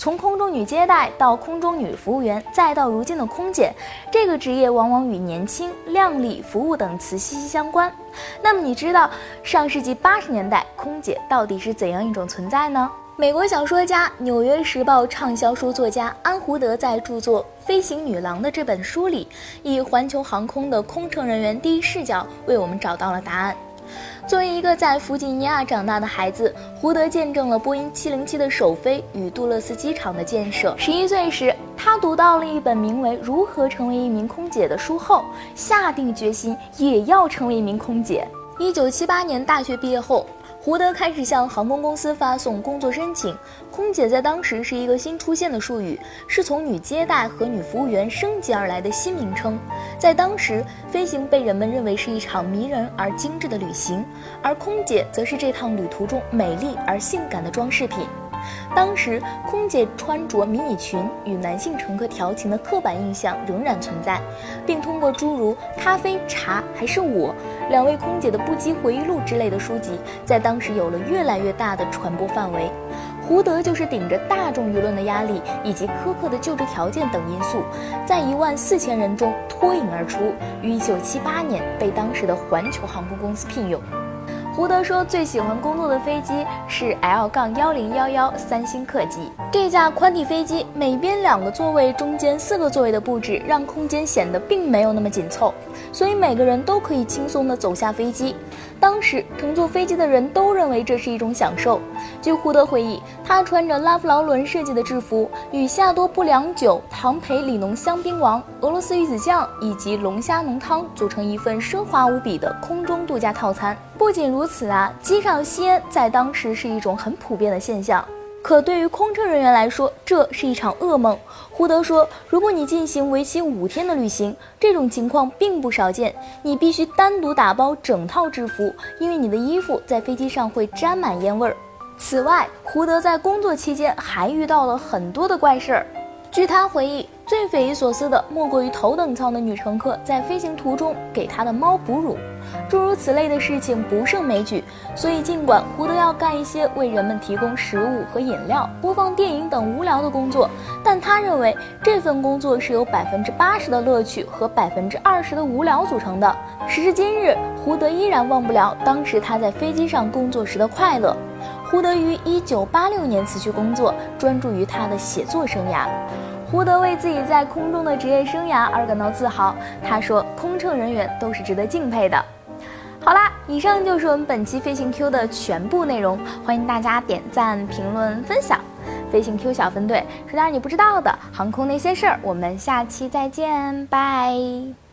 从空中女接待到空中女服务员，再到如今的空姐，这个职业往往与年轻、靓丽、服务等词息息相关。那么你知道上世纪80年代空姐到底是怎样一种存在呢？美国小说家、纽约时报畅销书作家安胡德在著作《飞行女郎》的这本书里，以环球航空的空乘人员第一视角为我们找到了答案。作为一个在弗吉尼亚长大的孩子，胡德见证了波音707的首飞与杜勒斯机场的建设。11岁时，他读到了一本名为《如何成为一名空姐》的书后，下定决心也要成为一名空姐。1978年大学毕业后，胡德开始向航空公司发送工作申请。空姐在当时是一个新出现的术语，是从女接待和女服务员升级而来的新名称。在当时，飞行被人们认为是一场迷人而精致的旅行，而空姐则是这趟旅途中美丽而性感的装饰品。当时，空姐穿着迷你裙与男性乘客调情的刻板印象仍然存在，并通过诸如《咖啡、茶还是我》、两位空姐的不羁回忆录之类的书籍，在当时有了越来越大的传播范围。胡德就是顶着大众舆论的压力以及苛刻的就职条件等因素，在14000人中脱颖而出，于1978年被当时的环球航空公司聘用。胡德说，最喜欢工作的飞机是 L-1011三星客机。这架宽体飞机每边2个座位，中间4个座位的布置，让空间显得并没有那么紧凑，所以每个人都可以轻松地走下飞机。当时乘坐飞机的人都认为这是一种享受。据胡德回忆，他穿着拉夫劳伦设计的制服，与夏多布良酒、唐培里浓香槟王、俄罗斯鱼子酱以及龙虾浓汤组成一份奢华无比的空中度假套餐。不仅如此啊，机上吸烟在当时是一种很普遍的现象。可对于空乘人员来说，这是一场噩梦。胡德说，如果你进行为期5天的旅行，这种情况并不少见，你必须单独打包整套制服，因为你的衣服在飞机上会沾满烟味儿。此外，胡德在工作期间还遇到了很多的怪事儿。据他回忆，最匪夷所思的莫过于头等舱的女乘客在飞行途中给他的猫哺乳。诸如此类的事情不胜枚举，所以尽管胡德要干一些为人们提供食物和饮料、播放电影等无聊的工作，但他认为这份工作是由80%的乐趣和20%的无聊组成的。时至今日，胡德依然忘不了当时他在飞机上工作时的快乐。胡德于1986年辞去工作，专注于他的写作生涯。胡德为自己在空中的职业生涯而感到自豪，他说，空乘人员都是值得敬佩的。好啦，以上就是我们本期飞行 Q 的全部内容，欢迎大家点赞、评论、分享。飞行 Q 小分队，说点你不知道的航空那些事儿，我们下期再见，拜。